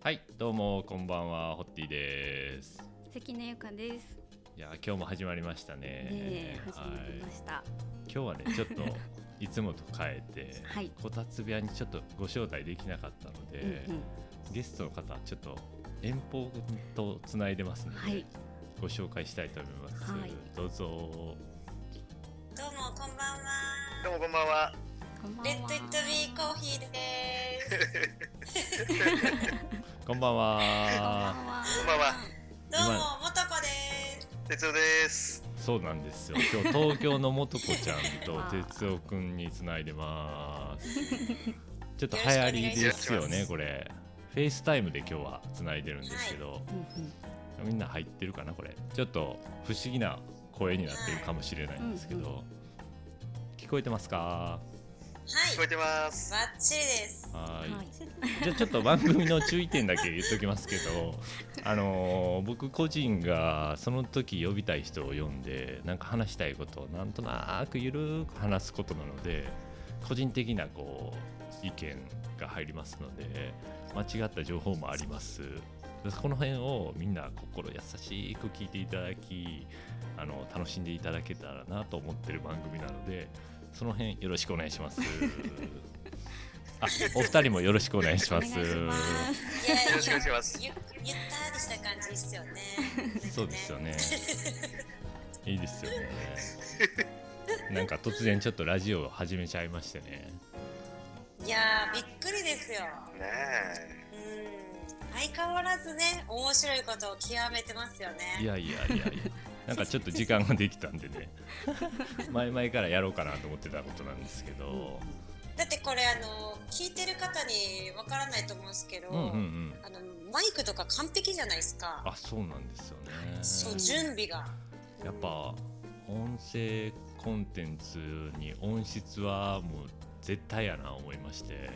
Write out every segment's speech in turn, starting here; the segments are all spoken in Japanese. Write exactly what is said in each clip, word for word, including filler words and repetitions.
はい、どうもこんばんは、ホッティです。 関根ゆかです。 いや、今日も始まりましたね。ねえ、始まりました、はい、 今日はね、ちょっといつもと変えて、はい、こたつ部屋にちょっとご招待できなかったので、うんうん、ゲストの方ちょっと遠方とつないでますので、はい、ご紹介したいと思います、はい、どうぞ。 どうもこんばんは。 どうもこんばんは。 レッドイットビーコーヒーですこんばんは。 こんばんは。 どうももとこです。 哲夫です。 そうなんですよ、今日東京のもとこちゃんと哲夫くんにつないでますちょっと流行りですよね、これフェイスタイムで今日はつないでるんですけど、はい、みんな入ってるかな。これちょっと不思議な声になってるかもしれないんですけど、はい、聞こえてますか？ はい、 聞こえてます。 バッチリです。 はい、はい、じゃあちょっと番組の注意点だけ言っときますけどあのー、僕個人がその時呼びたい人を呼んでなんか話したいことをなんとなくゆるく話すことなので、個人的なこう意見が入りますので間違った情報もあります。この辺をみんな心優しく聞いていただき、あの楽しんでいただけたらなと思ってる番組なので、その辺よろしくお願いしますあ、お二人もよろしくお願いします。 よろしくお願いします。ゆ, ゆったりした感じですよね。 そうですよねいいですよねなんか突然ちょっとラジオを始めちゃいましてね。 いやーびっくりですよね。 え、 うん、相変わらずね面白いことを極めてますよね。 いやいやいやいやなんかちょっと時間ができたんでね前々からやろうかなと思ってたことなんですけど、うん、 だってこれあの聞いてる方にわからないと思うんですけど、うんうんうん、あのマイクとか完璧じゃないですか。 あ、そうなんですよね。 そう準備がやっぱ音声コンテンツに音質はもう絶対やな思いまして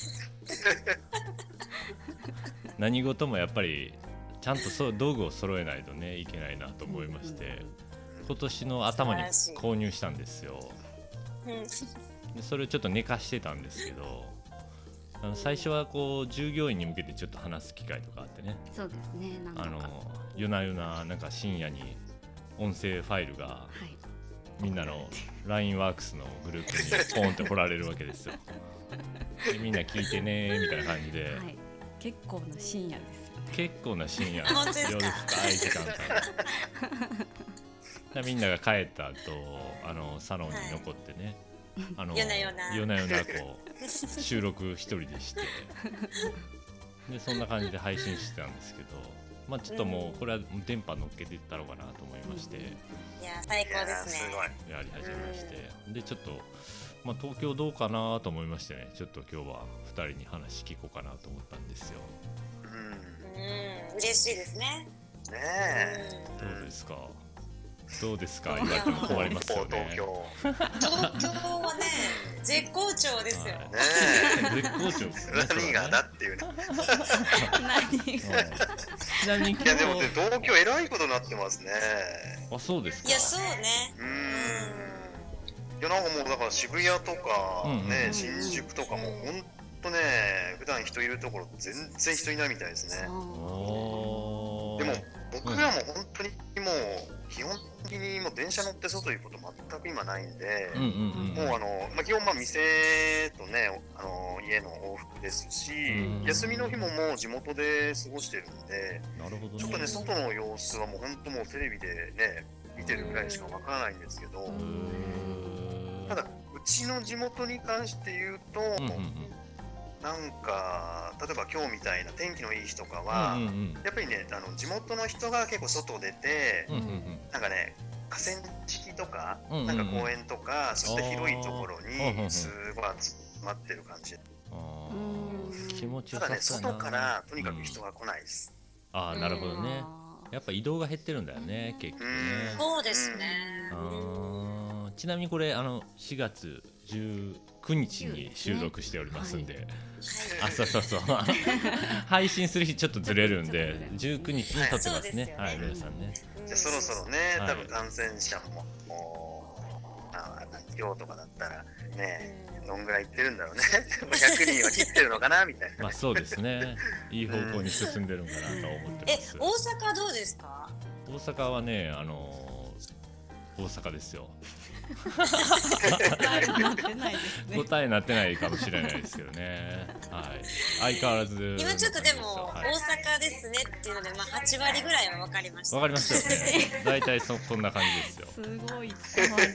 何事もやっぱりちゃんとそう道具を揃えないとねいけないなと思いまして、うんうん、今年の頭に購入したんですよ、うん、でそれをちょっと寝かしてたんですけど、あの最初はこう従業員に向けてちょっと話す機会とかあってね。 そうですね、なんかあの夜な夜ななんか深夜に音声ファイルが、はい、みんなの ライン ワークスのグループにポーンって掘られるわけですよでみんな聞いてねみたいな感じで、はい、 結構な深夜ですよね。 結構な深夜夜深い時間帯みんなが帰った後あのサロンに残ってね、はい、あの夜な夜な夜な夜なこう収録一人でしてでそんな感じで配信してたんですけど、まあちょっともうこれは電波乗っけていったのかなと思いまして、うん、いや最高ですね。 やり始めまして、でちょっと、まあ、東京どうかなと思いましてね、ちょっと今日はふたりに話聞こうかなと思ったんですよ。 うん、嬉しいですね。 ねえ、 どうですかどうですか言われても困りますよね。 東京東京はね絶好調ですよ、はい、 ね絶好調ですね何がだっていうね何ちなみにいやでもね東京えらいことになってますね。 あ、そうですか。 いやそうね、 うーん、いやなんかもうだから渋谷とかね、うんうん、新宿とかもほんとね普段人いるところ全然人いないみたいですね。でも僕らも本当にもう基本的にもう電車乗って外行くこと全く今ないんで、うんうんうん、もうあの、まあ、基本まあ店とねあの家の往復ですし、うんうん、休みの日ももう地元で過ごしてるんで、 なるほどね、 ちょっとね外の様子はもう本当もうテレビでね見てるぐらいしかわからないんですけど、ただうちの地元に関して言うと、うんうんうん、なんか例えば今日みたいな天気のいい日とかは、うんうんうん、やっぱりねあの地元の人が結構外出て、うんうんうん、なんかね河川敷とか、うんうんうん、なんか公園とかそういった広いところにすごい集まってる感じ。 あ気持ちよさそうだね、外からとにかく人が来ないです、 うん、ああなるほどね。やっぱ移動が減ってるんだよね結局ね。 うんそうですね。 あちなみにこれあのしがつじゅうくにちに収録しておりますんで、ねはい、あそうそうそう配信する日ちょっとずれるんでじゅうくにちに撮ってますね。はい、皆さんね。 じゃあそろそろね、はい、多分感染者ももうあ東京とかだったらね、どんぐらい行ってるんだろうねひゃくにんは切ってるのかなみたいな。 まあそうですね、いい方向に進んでるんかなと思ってえます。 大阪どうですか？ 大阪はね、あのー、大阪ですよ答えになってないですね。 答えになってないかもしれないですけどね、はい、相変わらず今ちょっとでも、 はい、 大阪ですねっていうので、まあ、はちわりぐらいは分かりました。 わかりましたよね大体そこんな感じですよすごい伝わる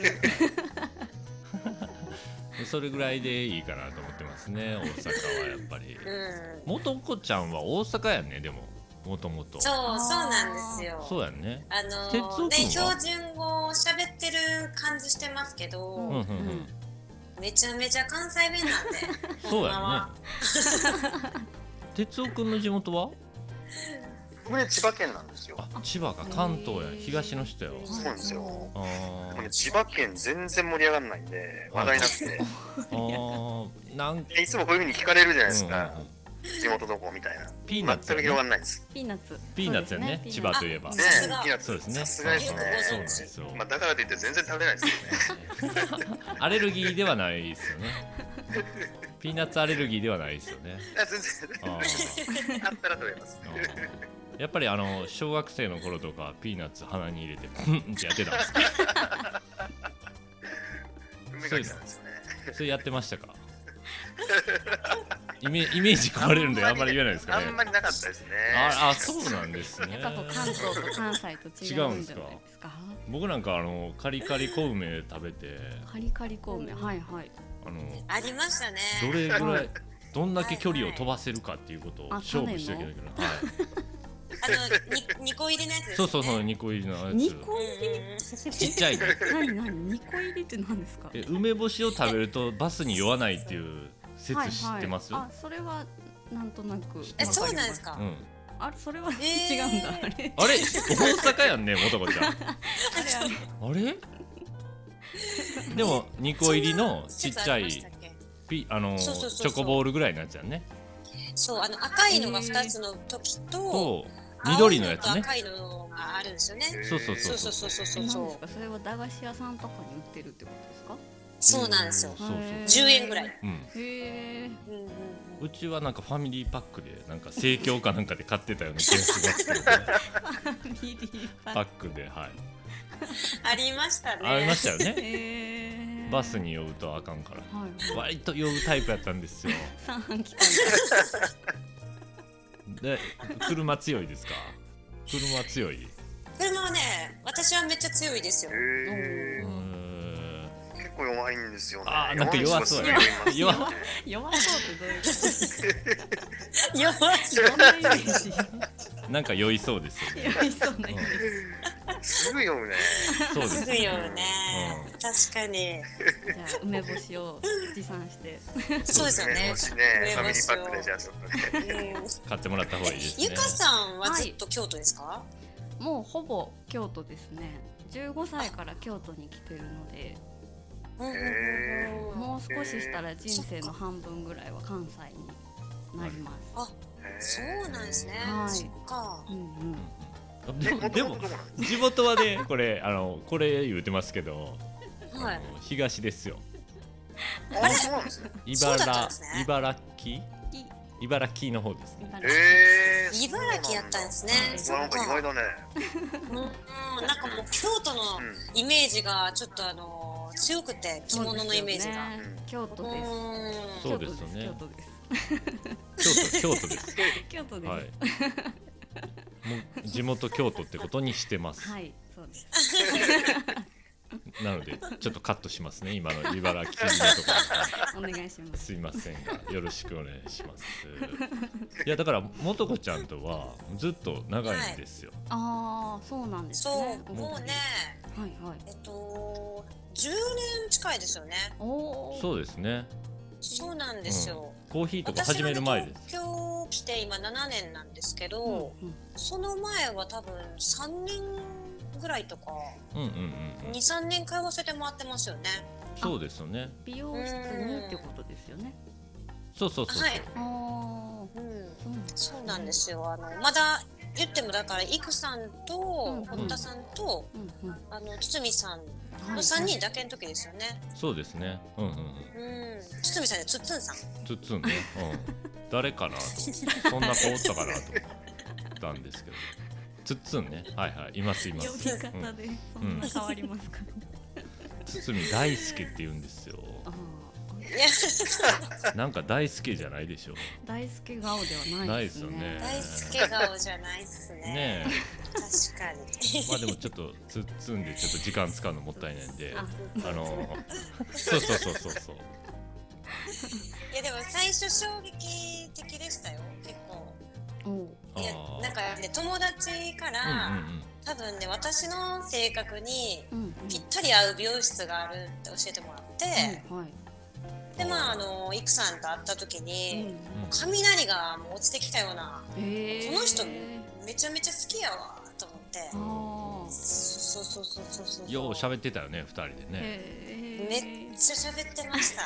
それぐらいでいいかなと思ってますね、大阪はやっぱり。 うん、 元子ちゃんは大阪やね、でももともと。 そうそうなんですよ。 そうやんね。 あの哲夫ね、 君は標準語を喋ってる感じしてますけど、 うんうんうん、 めちゃめちゃ関西弁なんでそうやね哲夫君の地元は僕ね千葉県なんですよ。 あ、千葉か、関東や、東の人やわ。 そうなんですよ。 あでもね、千葉県全然盛り上がらないんで話題なくてあーなんいつもこういう風に聞かれるじゃないですか、 うんうんうん、 地元どこみたいな。 ピーナッツ、 全く広がらないんです。 ピーナッツピーナッツやね、千葉といえば。 ね、 さすがピーナッツそうですね、 さすがですね。 そうなんですよ、 まあ、だからといって全然食べないですよねアレルギーではないですよねピーナッツアレルギーではないですよね。 あ全然あーあったら食べますあーやっぱりあの小学生の頃とかピーナッツ鼻に入れてプンってやってたんですか梅垣さんですよね。 それやってましたかイメイメージ変われるんであんまり言えないですかね。 あんまりなかったですね。 ああ、そうなんですね。 やっぱこう関東と関西と違うんじゃないですか。 僕なんかあのカリカリ小梅食べて、 カリカリ小梅、はいはい。 あのありましたね。 どれぐらいどんだけ距離を飛ばせるかっていうことを勝負していけないけど、はい。 あのに二個入りのやつですね。 そうそうそう、二個入りのやつ。 二個入り。 ちっちゃい。 何何二個入りって何ですか。 え、梅干しを食べるとバスに酔わないっていう説知ってます？ はいはい、あ、それはなんとなく。 え、そうなんですか。 うん。 あれ、それは、 えー、 違うんだ。あれ。 あれ、大阪やんね、元子ちゃん。 あれあれ。 あれ？でも二個入りのちっちゃいピあのチョコボールぐらいのやつやね。 そう、あの赤いのが二つの時と、 と緑のやつね。 赤いのがあるんですよね。 そうそうそうそうそうそうそうそう。 それは駄菓子屋さんとかに売ってるってことですか？ そうなんですよ。 そうそう。 じゅうえんぐらい。 うん。 へえ。 うちはなんかファミリーパックでなんか生協かなんかで買ってたような気がしますけどね。 ファミリーパックで、はい。 ありましたね。 ありましたよね。バスに酔うとあかんから、はい、割と酔うタイプやったんですよ。 三半規管で、車強いですか？車強い？ 車はね、私はめっちゃ強いですよ。 結構弱いんですよね。 あ、なんか弱そうや。 弱弱そうってどういうこと？ 弱そう。そんなイメージ。 なんか酔いそうですよね。 酔いそうなイメージ。 すぐ酔うね。 そうです。 すぐ酔うね。確かに。 じゃあ梅干しを持参して。 そうですよね。 梅干しね、ファミリーパックでじゃあちょっとね。 買ってもらった方がいいですね。 ゆかさんはずっと京都ですか？ もうほぼ京都ですね。じゅうごさいから京都に来てるので。もう少ししたら人生の半分ぐらいは関西になります。 あ、そうなんですね。 はい。 そっか。 うんうん。 でもでも地元はね、これあのこれ言うてますけど、 はい、 東ですよ。 あ、そうなんですね。 茨茨城茨城の方ですね。 えー、茨城やったんですね。 なんか意外だね。 うん、なんかもう京都のイメージがちょっとあの強くて、着物のイメージが。 京都です。 そうですよね。 京都です。 京都京都です。 京都です。 はい。もう地元京都ってことにしてます。 はい、そうです。 なのでちょっとカットしますね、今の茨城のところ。お願いします。 すいませんがよろしくお願いします。いやだから元子ちゃんとはずっと長いんですよ。 はい、ああ、そうなんですね。そう、もうね、 はいはい。 えっとじゅうねん近いですよね。 おお。 そうですね。 そうなんですよ。 うん、コーヒーとか始める前です。 東京来て今ななねんなんですけど、うんうん、その前は多分さんねんぐらいとか、 うんうんうん、 にさんねん通わせてもらってますよね。 そうですよね。 美容室にってことですよね。 そうそうそうそう。 はい。あ、うん、そうなんですよ。あのまだ言ってもだからイクさんと堀田さんと、うんうん、あの堤さんのさんにんだけの時ですよね、はいはい、 そうですね、うんうんうん、 うん堤さんでつっつんさんつっつんね、うん、誰かなとそんな子おったかなと思ったんですけどつっつんね、はいはい、いますいます。 呼び方でそんな変わりますか、 うん、堤大輔って言うんですよ。なんか大輔じゃないでしょ。 大輔顔ではないですね。 ないですよね。大輔顔じゃないですね。ね確かに。 まあでもちょっとつっつんでちょっと時間使うのもったいないんで、あ, あのそうそうそうそうそう。 いやでも最初衝撃的でしたよ結構。いやなんかね友達から、うんうんうん、多分ね私の性格にぴったり合う美容室があるって教えてもらって。うんうんはいでまああのイクさんと会った時に、うん、雷がもう落ちてきたような、えー、この人めちゃめちゃ好きやわと思って、そうそうそうそうそうよう喋ってたよねふたりでね、 えー、めっちゃ喋ってました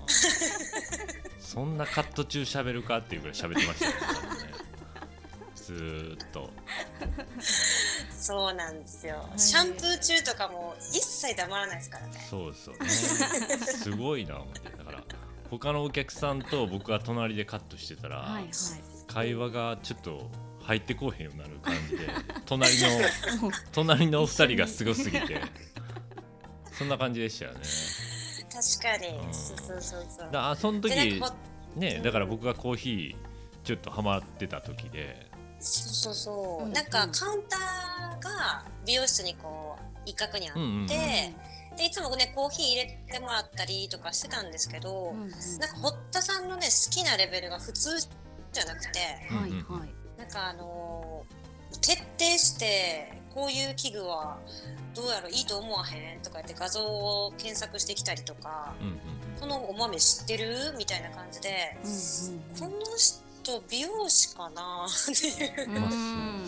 そんなカット中喋るかっていうぐらい喋ってましたよねずーっとそうなんですよ、はい、シャンプー中とかも一切黙らないですからね。 そうそうねすごいな思ってだから他のお客さんと僕が隣でカットしてたら、はいはい、会話がちょっと入ってこうへんようになる感じで隣の隣のお二人がすごすぎてそんな感じでしたよね。 確かに、うん、そうそうそうそうだその時ねだから僕がコーヒーちょっとハマってた時でそうそうそう、うん、なんかカウンターが美容室にこう一角にあって、うんうんうん、でいつもねコーヒー入れてもらったりとかしてたんですけど、うんうん、なんか堀田さんのね好きなレベルが普通じゃなくて、はいはい、なんかあのー、徹底してこういう器具はどうやろいいと思わへんとか言って画像を検索してきたりとか、うんうん、このお豆知ってるみたいな感じで、うんうんうん、この人美容師かなっていう、うん、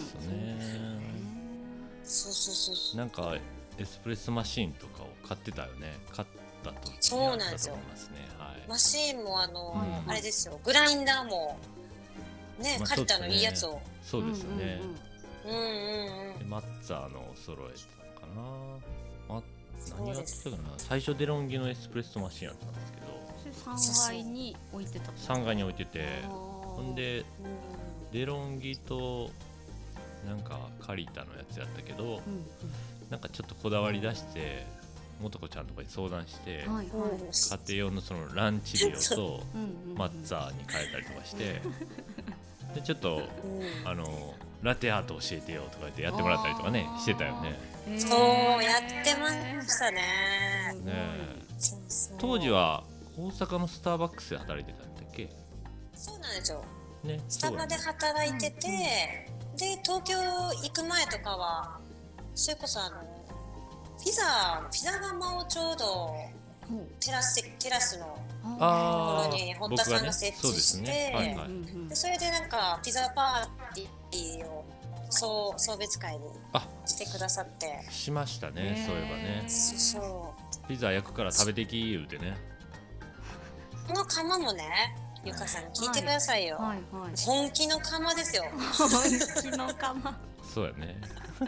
そうそうそうそうなんかエスプレッソマシーンとかを買ってたよね買ったとそうなんですよ、はい、マシーンもあの、うん、あれですよグラインダーもね、まあ、カリタのいいやつをそうですねうんうんうん、うんうん、 でマッツァーの揃えたのかな、ま、何があったかな最初デロンギのエスプレッソマシーンやったんですけどさんがいに置いてたさんがいに置いててほんで、うん、デロンギとなんかカリタのやつやったけど、うんうん、なんかちょっとこだわり出してもとこちゃんとかに相談して、はいはい、家庭用のそのランチリオとマッツァーに変えたりとかしてでちょっと、うん、あのラテアート教えてよとか言ってやってもらったりとかねしてたよね。 そうやってましたね。 ねそうそう当時は大阪のスターバックスで働いてたんだっけ。 そうなんですよ、ね、スタバで働いてて、うん、で東京行く前とかはそれこそあのピザピザ窯をちょうどテラステラスのところに堀田さんが設置して、ねはいはい、でそれでなんかピザパーティーを送送別会にしてくださってしましたね。そういえばねそうそうピザ焼くから食べてき言うてねこの窯もねゆかさん聞いてくださいよ、はいはいはい、本気の窯ですよ本気の窯そうやね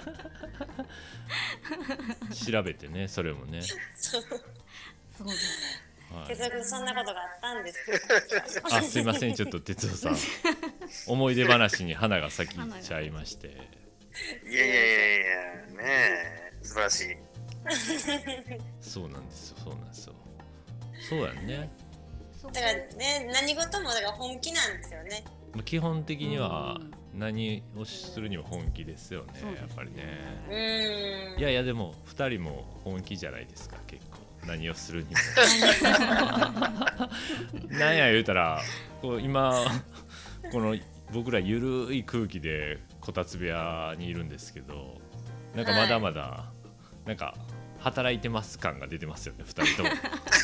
調べてねそれもねそうそうです、はい、哲夫君そんなことがあったんですあすいませんちょっと哲夫さん思い出話に花が咲きちゃいましていやいやいやいやねえ素晴らしいそうなんですよそうなんですよそうやねだからね何事もだから本気なんですよね。 基本的には何をするにも本気ですよね、うん、やっぱりね。うんいやいやでもふたりも本気じゃないですか結構何をするにも。なんや言うたらこう今この僕らゆるい空気でこたつ部屋にいるんですけどなんかまだまだ、はい、なんか働いてます感が出てますよねふたりとも。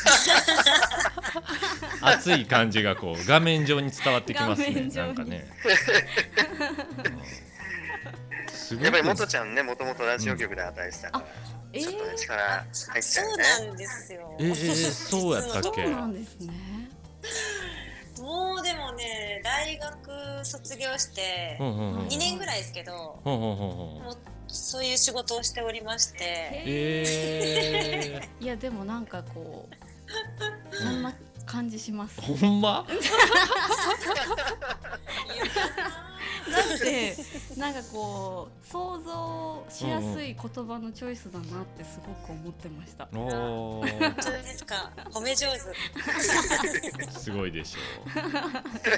熱い感じがこう画面上に伝わってきますねなんかね、 うん、やっぱり元ちゃんねもともとラジオ局で働いてたから、うん、ちょっとね力入っちゃうね。 そうなんですよ。 えー、そうやったっけ。 そうなんですね。 もうでもね大学卒業してにねんぐらいですけど、もうそういう仕事をしておりまして、 えー、いやでもなんかこうそんな感じします。 ほんま？だってなんかこう想像しやすい言葉のチョイスだなってすごく思ってました。 うん、本当ですか。褒め上手。 すごいでしょう。 そうなん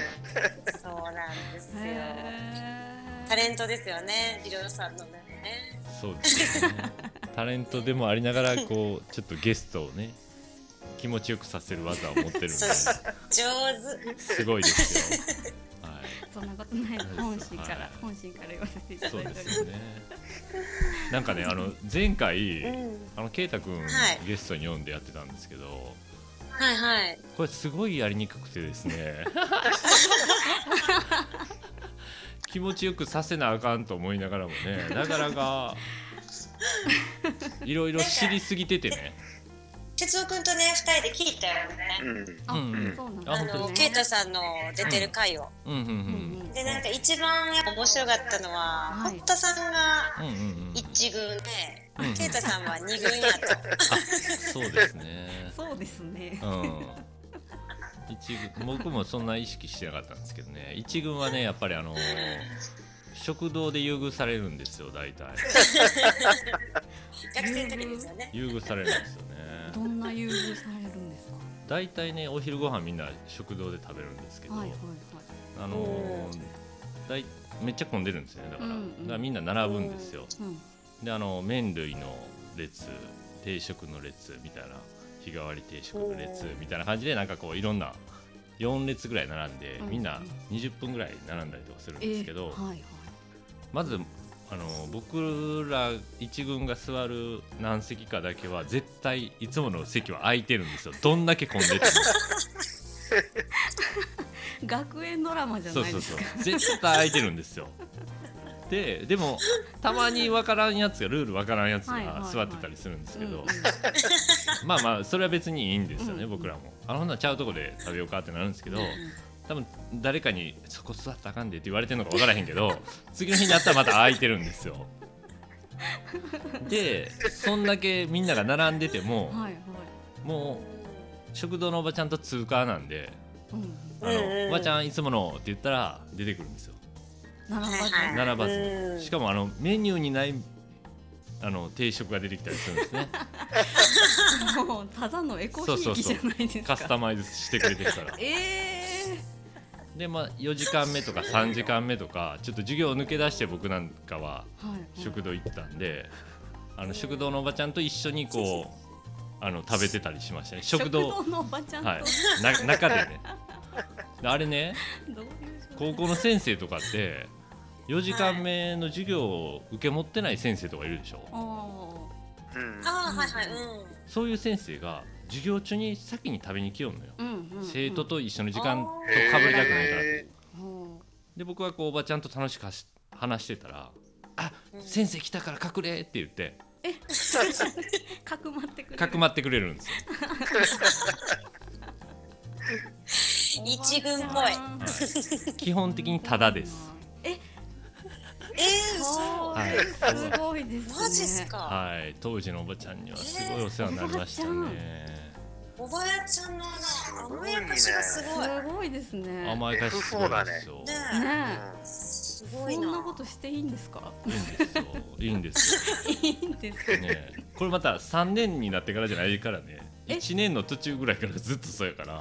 ですよ。タレントですよね、リロさんのね。 そうですね。タレントでもありながらこうちょっとゲストをね気持ちよくさせる技を持ってるんで上手。 すごいですよ。はい、 そんなことない。本心から、はい、本心から言わせていただいております。 そうですね。なんかね、あの前回、うん、あのケイタくん、はい、ゲストに呼んでやってたんですけど、 はいはい。 これすごいやりにくくてですね。気持ちよくさせなあかんと思いながらもね、なかなかいろいろ知りすぎててね。 哲夫君とねふたりで聞いたよね。うん、あ、そうなんだ。あのケイタさんの出てる回を。うんうんうん、でなんか一番やっぱ面白かったのは、はい、堀田さんが一軍で、うんうんうん、ケイタさんは二軍やと。 そうですね。 そうですね。 うん。一軍、僕もそんな意識してなかったんですけどね。一軍はねやっぱりあのー、食堂で優遇されるんですよ大体。 学生の時ですよね。 優遇されるんですよね。 どんな優遇されるんですか？ 大体ねお昼ご飯みんな食堂で食べるんですけど、はいはいはい、あのー、だいめっちゃ混んでるんですよね。だから、うんうん、だからみんな並ぶんですよ、うん、であの麺類の列、定食の列みたいな、日替わり定食の列みたいな感じでなんかこういろんなよん列ぐらい並んで、みんなにじゅっぷんぐらい並んだりとかするんですけど、えーはいはい、まずあの僕ら一軍が座る何席かだけは絶対いつもの席は空いてるんですよ。どんだけ混んでても。 学園ドラマじゃないですか。 そうそうそう、絶対空いてるんですよ。ででもたまに分からんやつがルール分からんやつが座ってたりするんですけど、まあまあそれは別にいいんですよね、うんうん、僕らもあのほんならちゃうとこで食べようかってなるんですけど、うんうん、多分誰かにそこ座ったらあかんでって言われてるのか分からへんけど次の日になったらまた空いてるんですよ。でそんだけみんなが並んでても、はいはい、もう食堂のおばちゃんと通過なんで、うん、あのおばちゃんいつものって言ったら出てくるんですよ。 並ばず並ばず、しかもあのメニューにないあの定食が出てきたりするんですね。 もうただのエコひいきじゃないですか。 カスタマイズしてくれてるから。 えー、でまあよじかんめとかさんじかんめとかちょっと授業を抜け出して僕なんかは食堂行ってたんで、はいはい、あの食堂のおばちゃんと一緒にこうあの食べてたりしましたね。食堂、 食堂のおばちゃんと、はい、 な中でね。あれね、高校の先生とかってよじかんめの授業を受け持ってない先生とかいるでしょ。 あ、うん、あ、はいはい、うん、 そういう先生が授業中に先に食べに来よんのよ、うんうんうん、生徒と一緒の時間とかぶりたくないから。で僕はこうおばちゃんと楽しく話してたら、あ、うん、先生来たから隠れって言ってえかくまってくれるかくまってくれるんですよ。 一軍っぽい、はい、基本的にタダです。 ええー、そう、 はい、すごいですね。 マジっすか。 はい、当時のおばちゃんにはすごいお世話になりましたね。 えー、おばあちゃんの甘やかしがすごい。 すごいですね。 甘やかしすごいですよ。 ねえ、ねえ、すごいな。 そんなことしていいんですか。 いいんですよ。いいんですよ。 いいんですよね。これまたさんねんになってからじゃないからね。いちねんの途中ぐらいからずっとそうやから。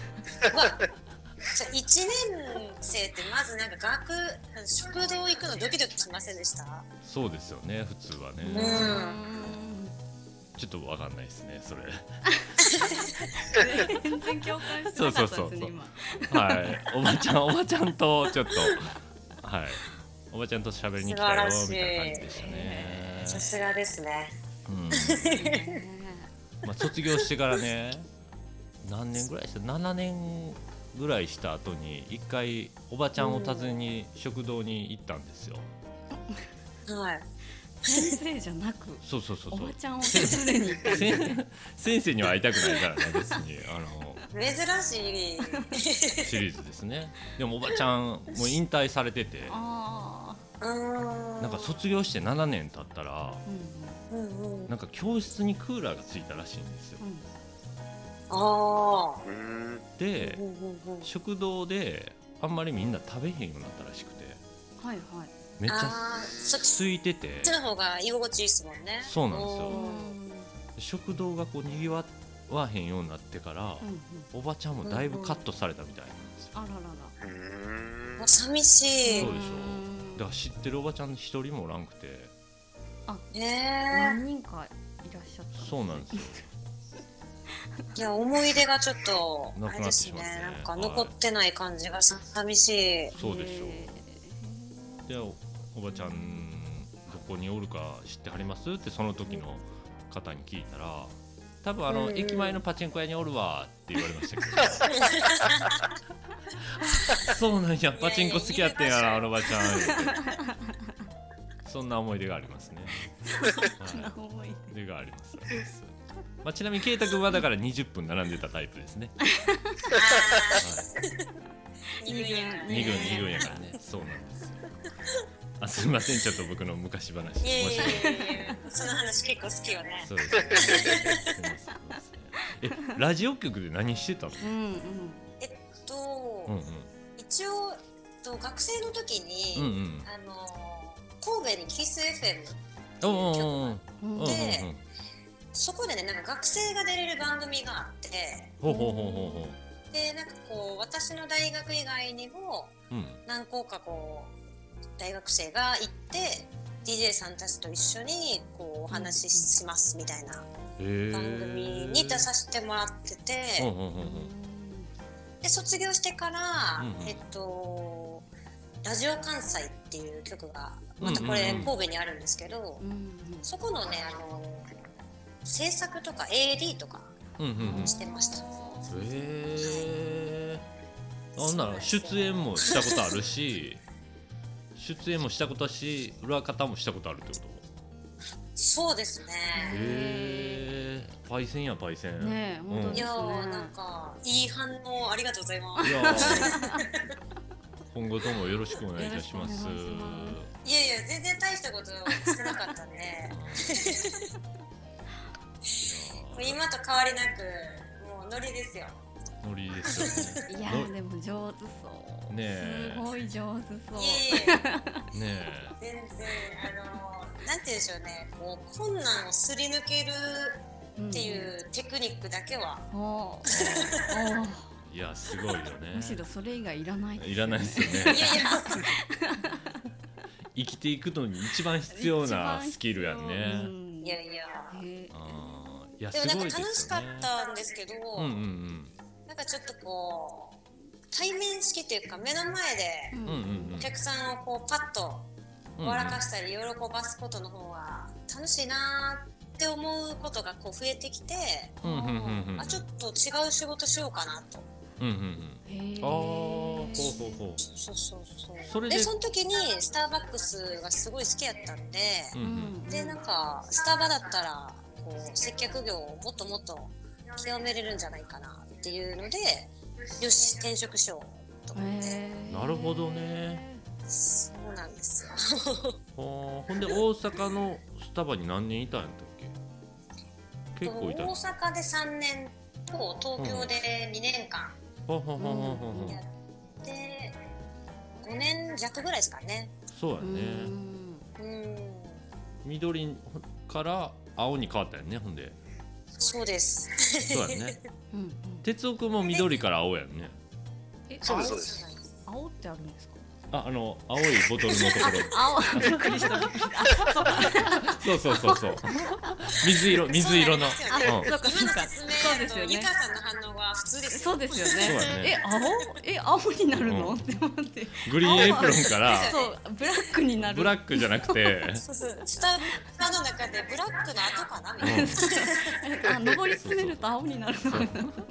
いちねん生ってまずなんか学食堂行くのドキドキしませんでした？ そうですよね、普通はね。うん、ちょっと分かんないですねそれ。 全然共感してなかったですね今。はい、おばちゃんおばちゃんとちょっとはいおばちゃんと喋りに来たよみたいな感じでしたね。 さすがですね。 うん、まあ卒業してからね、何年ぐらいしたななねんぐらいした後に一回おばちゃんを訪ねに食堂に行ったんですよ。 はい。 先生じゃなく、 そうそうそうそう。 おばちゃんを訪ねに行ったんですね。 先生には会いたくないからね別にあの珍しいシリーズですね。でもおばちゃんもう引退されてて、 あなんか卒業してななねん経ったら、 うんうんうん、 なんか教室にクーラーがついたらしいんですよ。 うん、あで、うんうんうん、食堂であんまりみんな食べへんようになったらしくて、 はいはい、 めっちゃ空いてて、 そっちの方が居心地いいですもんね。 そうなんですよ。食堂がこうにぎわわへんようになってから、うんうん、おばちゃんもだいぶカットされたみたいなんですよ。 あららら、 もう寂しい。 そうでしょ。だから知ってるおばちゃん一人もおらんくて、 あ、 えー、 何人かいらっしゃった。 そうなんですよ。 いや、思い出がちょっとあれですね、なんか残ってない感じが寂しい。 そうでしょう。で、おばちゃんどこにおるか知ってはりますってその時の方に聞いたら、多分あの、うん、駅前のパチンコ屋におるわって言われましたけどそうなんや、パチンコ好きやってんやなあのおばちゃんそんな思い出がありますねそんな思い出があります、まあ、ちなみに圭太君はだからにじゅっぷん並んでたタイプですねに軍やからねに軍に軍やからねそうなんですよあ、すみません、ちょっと僕の昔話申し訳ない。 その話結構好きよね。 そうです。すみません。え、ラジオ局で何してたの？ うんうん、 えっと、うんうん、一応と学生の時に、うんうん、あの神戸にキス エフエム っていう曲があって、うんうんうん、そこでね、なんか学生が出れる番組があって、 ほうほうほうほうで、なんかこう私の大学以外にも、うん、何校かこう大学生が行って ディージェー さんたちと一緒にこうお話ししますみたいな番組に出させてもらってて、で卒業してから、うんうん、えっとラジオ関西っていう曲がまたこれ神戸にあるんですけど、うんうんうん、そこのね、あの制作とか エーディー とかしてました。 へえー、あんなら出演もしたことあるし出演もしたことだし、裏方もしたことあるってこと？ そうですね。 へー、パイセンやパイセン。 ねえ、本当ですね。 いやー、なんかいい反応ありがとうございます。 いや今後ともよろしくお願いいたします。 いやいや、全然大したことしてなかったんでもう今と変わりなくもうノリですよ。 ノリですよね。 いやでも上手そう。 ねえ、 すごい上手そう。 いえいえねえ、 全然あのなんて言うんでしょうね、こう困難をすり抜けるっていうテクニックだけは、 うん、 いやすごいよね。 むしろそれ以外いらないです、ね、 いらないですよね。 いやいや生きていくのに一番必要なスキルやんね。 いやいや、 あいやでもなんか楽しかったんですけど、 うんうんうん、 なんかちょっとこう対面式っていうか目の前でお客さんをこうパッと笑かしたり喜ばすことの方が楽しいなって思うことがこう増えてきて、あ、ちょっと違う仕事しようかなと。 うんうんうん、ああ、ほうほうほう。 そうそうそう。 それで、 でその時にスターバックスがすごい好きやったんで、うんうん、でなんかスタバだったらこう接客業をもっともっと極めれるんじゃないかなっていうので、よし転職しようと思って。 なるほどね。 そうなんですよ。 ほんで大阪のスタバに何年いたんやったっけ？結構いた。 大阪でさんねんと東京でにねんかん。やってごねん弱ぐらいですかね。 そうやね。うん、緑から青に変わったよね。ほんでそうです。 そうやね。うん、哲夫君も緑から青やんね。 え、そうですそうです。 青ってあるんですか？ あ、あの青いボトルのところ。 青、びっくりした。 そうそうそうそう。水色、水色の。 そうかそうか。そうですよね。ゆかさんの反応は普通です。 そうですよね。え、青、え、青になるのって思って。 グリーンエプロンから。 そう、ブラックになる。 ブラックじゃなくて。 そうそう。スタバの中でブラックの後かなみたいな。 あ、上り詰めると青になるの。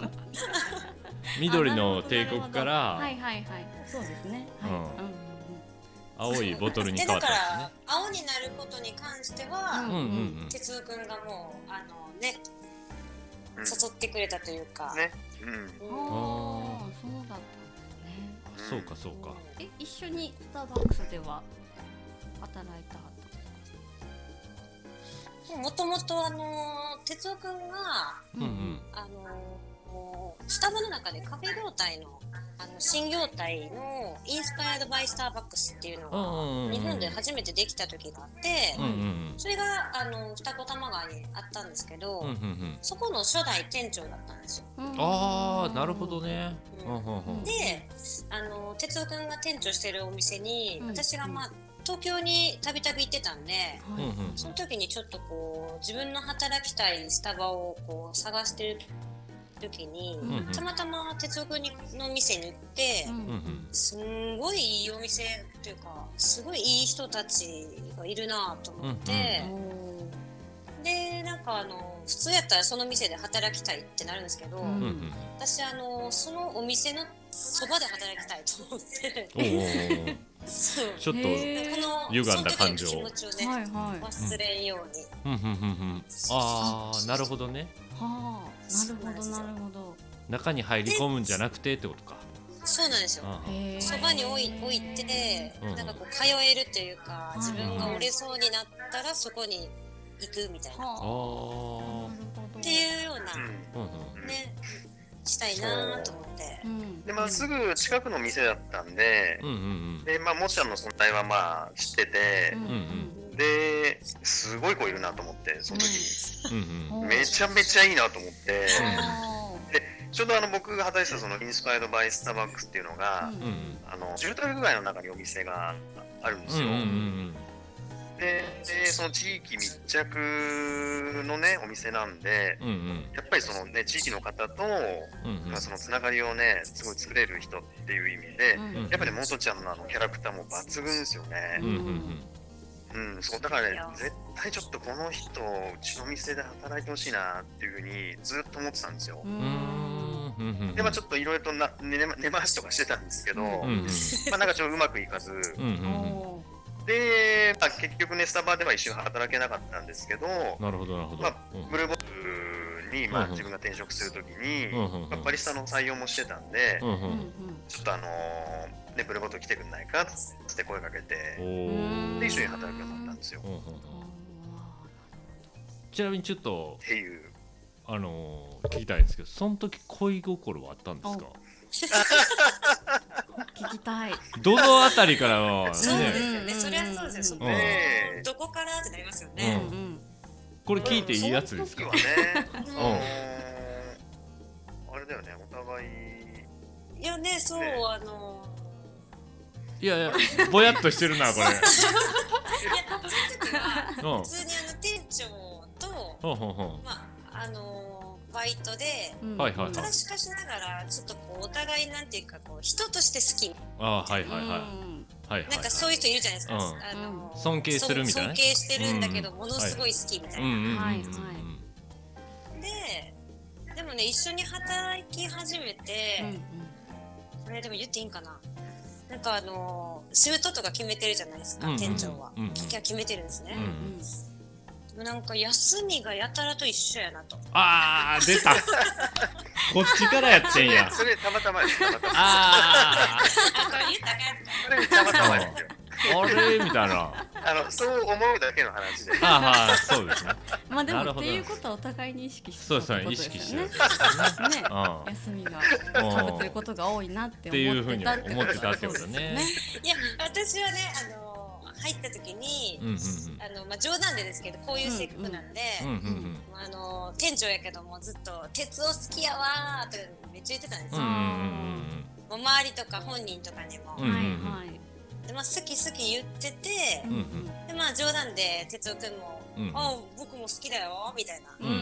緑の帝国から。 はいはいはい。そうですね。 青いボトルに変わったんですね。 だから青になることに関しては、哲夫君がもうあのね、 誘ってくれたというか、 ね、うん、 ああ、そうだったんですね。 そうかそうか。 え、一緒にスターバックスでは働いた。 もともとあの哲夫くんが、 うんうん、 あのスタバの中でカフェ業態のあの新業態のインスパイアドバイスターバックスっていうのが日本で初めてできた時があって、うんうん、それがあの二子玉川にあったんですけど、うんうんうん、そこの初代店長だったんですよ。 ああ、なるほどね。 うん、で、あの哲夫くんが店長してるお店に、うん、私がまあ東京にたびたび行ってたんで、うんうん、その時にちょっとこう自分の働きたいスタバをこう探してる時に、うんうん、たまたま哲夫くんの店に行って、うんうん、すんごいいいお店っていうかすごいいい人たちがいるなと思って、うんうん、でなんかあの普通やったらその店で働きたいってなるんですけど、うんうん、私あのそのお店のそばで働きたいと思ってそうちょっと歪んだ感情を、 その時の気持ちをね、はいはい、忘れんように、 うんうんうんうん、ああ、なるほどね。 はあ、なるほどなるほど。 中に入り込むんじゃなくてってことか。 そうなんですよ。そばに置い、置いて、うん、なんかこう通えるというか、自分が折れそうになったらそこに行くみたいな、はあ、っていうような、うん、ね、したいなと思って、うん、 で、まあ、すぐ近くの店だったんで、うんうんうん、で、まあ、もちゃんの存在はまあ知ってて、うんうん、ですごい子いるなと思って、その時に、うんうん、めちゃめちゃいいなと思って、うん、でちょうどあの僕が働いてたそのインスパイアドバイスターバックスっていうのが、うんうん、あの住宅街の中にお店があるんですよ。うんうんうん、で, でその地域密着のねお店なんで、うんうん、やっぱりそのね地域の方と、うんうん、そのつながりをねすごい作れる人っていう意味で、うんうん、やっぱりもとちゃんのあのキャラクターも抜群ですよね。うんうんうんうん、そうだからね絶対ちょっとこの人うちの店で働いてほしいなっていうふうにずっと思ってたんですよ。うんでまあちょっといろいろとな根回しとかしてたんですけど、うんうん、まあなんかちょっとうまくいかず。うんうんで、まあ、結局ねスタバでは一瞬働けなかったんですけど、 なるほどなるほど、 まあうん、ブルーボトルに、まあ、自分が転職するときに、うんうんまあ、バリスタの採用もしてたんで、うんうん、ちょっとあのーね、ブルーボトル来てくんないかって声かけてで一緒に働くようになったんですよ。うんうんうん、 ちなみにちょっとっていうあのー、聞きたいんですけど、その時恋心はあったんですか？ 聞きたい。 どのあたりからは、ね、 そうですよね。そりゃそうですよね。どこからってなりますよね。うんうん、 これ聞いていいやつですか？ その時はね、うん、あれだよね、お互い。 いやね、そう、ね、あのー。いやいや、ぼやっとしてるなこれ。いや、 その時は普通にあの店長と、うん、まああのー。バイトで、うん、話しかしながらちょっとこうお互いなんていうかこう人として好き。 あはいはいはい。はいはい、 なんかそういう人いるじゃないですか。うん、あの尊敬するみたいな、ね。 尊敬してるんだけど、うん、ものすごい好きみたいな。はいはい。で、でもね一緒に働き始めて、うんうん、これでも言っていいんかな。なんかあのシフトとか決めてるじゃないですか、うんうん、店長は。うんうん、決めてるんですね。うんうんなんか休みがやたらと一緒やなと。 あー出たこっちからやってんや。 それたまたまですたまたま。 ああこれ言ったかそれたまたまですよ。 あれみたいなあのそう思うだけの話で。 ああそうですね。 まあでもっていうことはお互いに意識してるってことですよね。そうですね意識してるね。休みがかぶってることが多いなって思ってたって思ってたってことね。 いや私はねあの入った時に、うんうんうん、あのまあ、冗談でですけどこういう性格なんで、うんうんうん、あの店長やけどもずっと鉄を好きやわーってめっちゃ言ってたんですよ、うんうんうん、周りとか本人とかにも、うんうんうんでまあ、好き好き言ってて、うんうん、でまあ冗談で哲夫くんも、うんうん、あ僕も好きだよみたいな、うんうんうん、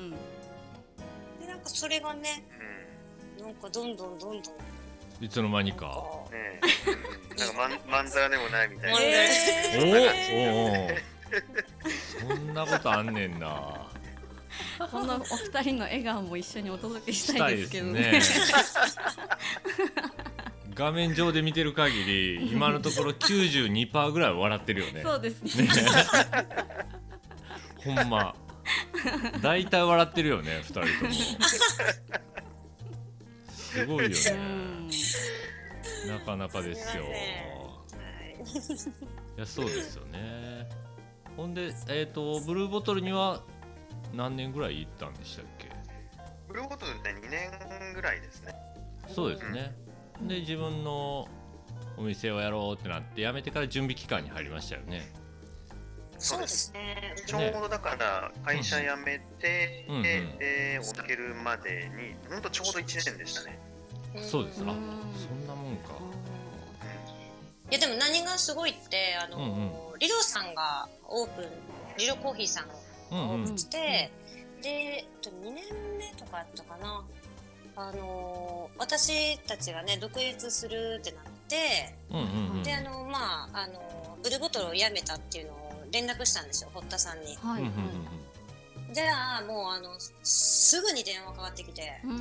でなんかそれがね、うん、なんかどんどんどんどんいつの間にかねなんかまんざらでもないみたいな、 えー、おおそんなことあんねんな。 このお二人の笑顔も一緒にお届けしたいですけどね。 画面上で見てる限り今のところ きゅうじゅうにパーセント ぐらい笑ってるよね。 そうですね。 ほんま大体笑ってるよねふたりともすごいよねなかなかですよ。いやそうですよね。ほんで、えーと、ブルーボトルには何年ぐらい行ったんでしたっけ？ ブルーボトルってにねんぐらいですね。 そうですね、うん、で自分のお店をやろうってなって辞めてから準備期間に入りましたよね。 そうですね。 ちょうどだから会社辞めて、うん、でおけるまでにほんとちょうどいちねんでしたね。 そうです。あ、そんなもんか。 いやでも何がすごいってあの、うんうん、リロさんがオープンリロコーヒーさんがオープンして、うんうん、でにねんめとかやったかな、あの私たちがね独立するってなって、うんうんうん、であのまああのブルーボトルをやめたっていうのを連絡したんですよ堀田さんに。はいはい、じゃあもうあのすぐに電話かかってきて、うんうん、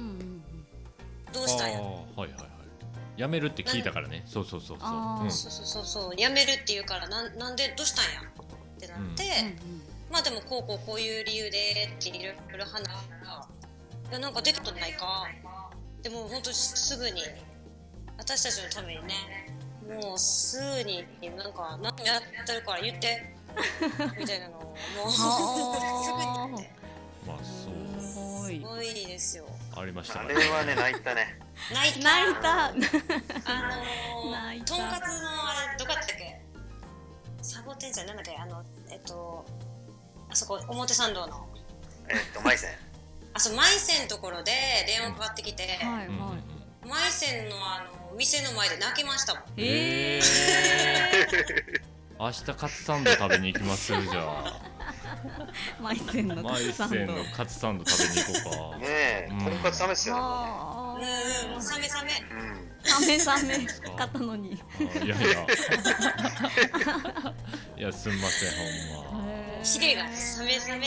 どうしたんや。はいはいはい。 辞めるって聞いたからね。そうそうそうそう。 うん、そうそうそうそう。辞めるって言うからな、なんでどうしたんやってなって、うんうん、まあでもこうこうこういう理由でっていろいろ話したら、いやなんか出てことないか。でも本当すぐに私たちのためにね、もうすぐになんか何やってるから言ってみたいなのをもうすぐに言って。 まあそうすごいですよ。 ありましたね。あれはね泣いたね。 泣いた。 泣いた。 あのー、とんかつのあれどこだったっけ？サボテンじゃなんだっけ、あのえっとあそこ表参道のえっとマイセン。 あそうマイセンのところで電話かかってきて、うんはいはい、マイセンのあの店の前で泣きましたもん。 へー。明日カツサンド食べに行きますじゃあ。 マイセンのカツサンド。マイセンのカツサンド食べに行こうか。 ねえ、とんかつサメっすよね。 うん、もうサメサメ。 サメサメ買ったのに。いやいや。いやすんませんほんま。 ヒレがサメサメ。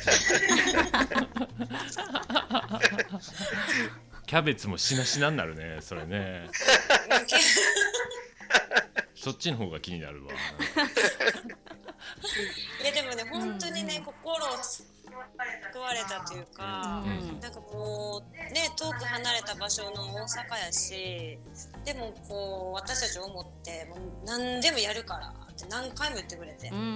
キャベツもしなしなになるねそれね。そっちの方が気になるわ。 いやでもね本当にね、うん、心を救われたというか、うん、なんかこうね遠く離れた場所の大阪やし、でもこう私たちを思ってもう何でもやるからって何回も言ってくれて、うんうんうん、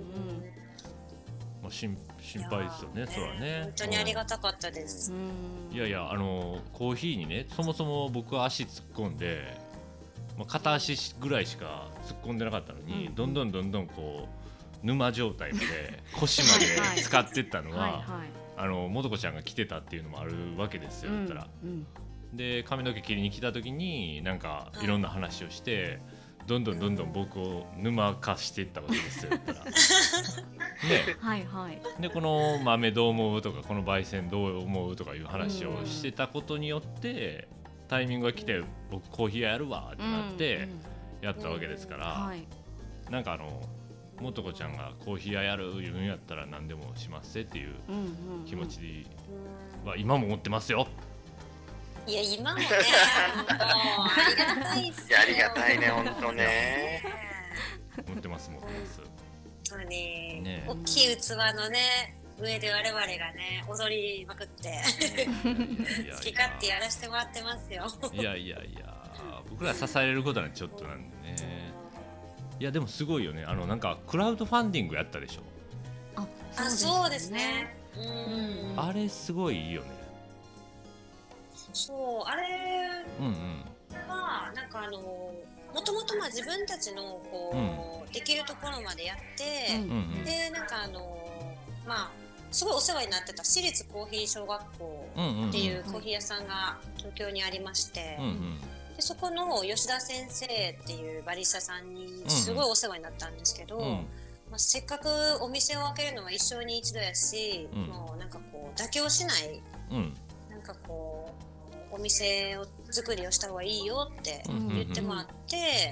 まあ、心, 心配ですよねそれはね。 本当にありがたかったです。 うん、いやいやあのコーヒーにねそもそも僕は足突っ込んで、まあ、片足ぐらいしか突っ込んでなかったのに、うん、どんどんどんどんこう沼状態まで腰まで使ってったのははい、はい、あのもとこちゃんが来てたっていうのもあるわけですよ、うん、言ったら、うん、で髪の毛切りに来た時になんかいろんな話をして、うん、どんどんどんどん僕を沼化していったわけですよ言ったらで、 はいはい、 でこの豆どう思うとかこの焙煎どう思うとかいう話をしてたことによってタイミングが来て僕コーヒー屋やるわってなってやったわけですから、うんうんはい、なんかあのもとこちゃんがコーヒー屋やる言うんやったら何でもしますっていう気持ちは今も持ってますよ。 いや今もねありがたいっすよ。 ありがたいね本当ね。 持ってます持ってます。 本当に、ね、大きい器のね上で我々がね踊りまくって好き勝手やらせてもらってますよ。 いやいやいや僕ら支えれることはちょっとなんでね。いやでもすごいよね。あのなんかクラウドファンディングやったでしょ。 あ、そうですね。 うん。あれすごいいいよね。 そうあれはなんかあのもともとまあ自分たちのこう、うん、できるところまでやって、うん、でなんかあのまあすごいお世話になってた私立コーヒー小学校っていうコーヒー屋さんが東京にありまして。うんうんでそこの吉田先生っていうバリスタさんにすごいお世話になったんですけど、うんまあ、せっかくお店を開けるのは一生に一度やし、うん、もうなんかこう妥協しない、うん、なんかこうお店を作りをした方がいいよって言ってもらって、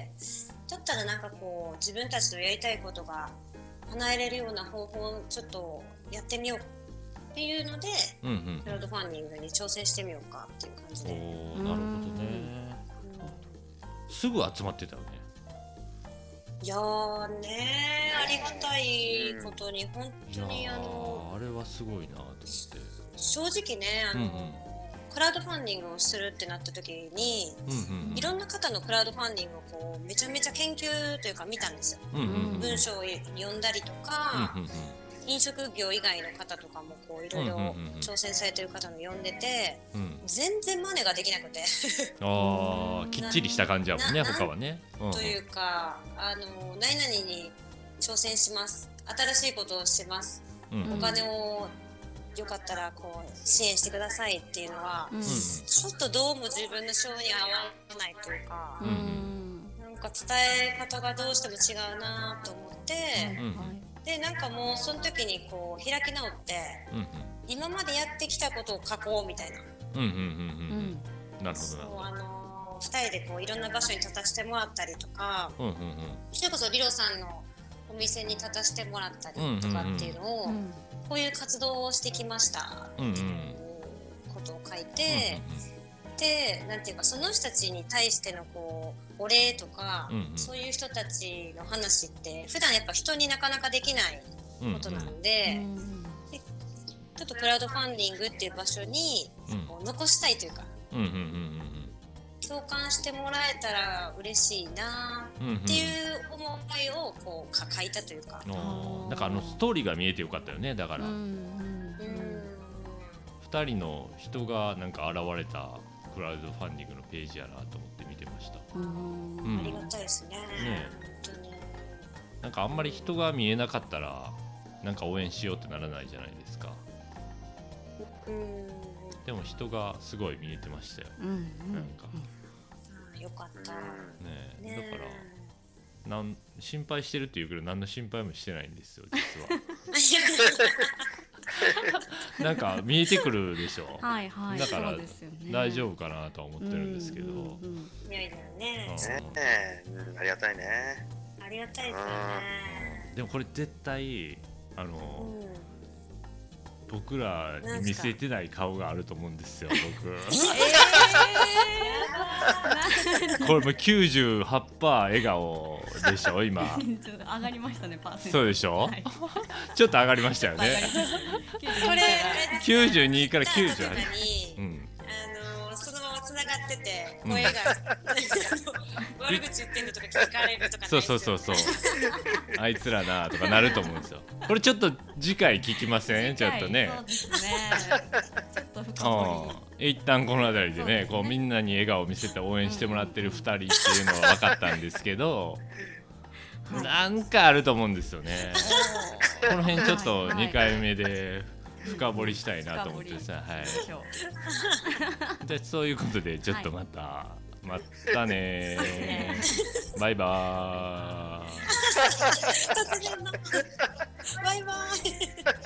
だったらなんかこう自分たちのやりたいことが叶えれるような方法をちょっとやってみようっていうので、うんうん、クラウドファンディングに挑戦してみようかっていう感じで。 おなるほどね。すぐ集まってたよね。 いやーねーありがたいことに本当にあのあれはすごいなと思って、 正直ねあの、うんうん、クラウドファンディングをするってなった時に、うんうんうん、いろんな方のクラウドファンディングをこうめちゃめちゃ研究というか見たんですよ、うんうんうん、文章を読んだりとか、うんうんうん、飲食業以外の方とかもこういろいろ挑戦されてる方も読んでて、うんうんうん、全然真似ができなくてあきっちりした感じやもんね他はね、 うんうん、というかあの何々に挑戦します新しいことをします、うんうん、お金をよかったらこう支援してくださいっていうのは、うん、ちょっとどうも自分の性に合わないというか、うん、なんか伝え方がどうしても違うなと思って、うん、でなんかもうその時にこう開き直って、うん、今までやってきたことを書こうみたいな。 なるほど。そうあのふたりでこういろんな場所に立たせてもらったりとか、うんうんうん、それこそリロさんのお店に立たせてもらったりとかっていうのを、うんうんうん、こういう活動をしてきましたっていうことを書いて、うんうん、でなんていうかその人たちに対してのこうお礼とか、うんうん、そういう人たちの話って普段やっぱ人になかなかできないことなので、うんうん、でちょっとクラウドファンディングっていう場所にこう残したいというか、うんうんうんうん、共感してもらえたら嬉しいなっていう思いをこう書いたというか、 うんうん、なんかあのストーリーが見えてよかったよね。だから、うんうん、ふたりの人がなんか現れたクラウドファンディングのページやなと思って見てました。 うんうん、ありがたいですね。ね本当になんかあんまり人が見えなかったらなんか応援しようってならないじゃないですか。うんでも人がすごい見えてましたよ、うんうん、なんか、 うん、よかった、 ねね、だからなん心配してるっていうけど何の心配もしてないんですよ実はなんか見えてくるでしょはい、はい、だから大丈夫かなとは思ってるんですけど、うんうんうん、 いやいやね、 うん、ありがたいねありがたいですよね、 うん、でもこれ絶対あの、うん僕らに見せてない顔があると思うんですよ僕、えー、これも きゅうじゅうはちパーセント 笑顔でしょ今ちょっと上がりましたねパーセントそうでしょ、はい、ちょっと上がりましたよねこれきゅうじゅうにからきゅうじゅうはち、 うん、あのそのままつながってて声が、うん、悪口言ってんのとか聞かれるとかないですよね。そうそうそうそうあいつらなとかなると思うんですよ。これちょっと次回聞きませんちょっとね。 そうですねちょっと深掘り一旦この辺りで ね, でねこうみんなに笑顔を見せて応援してもらってるふたりっていうのは分かったんですけど、はい、なんかあると思うんですよね。この辺ちょっとにかいめで深掘りしたいなと思ってさ、はい、じゃあそういうことでちょっとまた、はい、またねバイバーイ突然のバイバーイ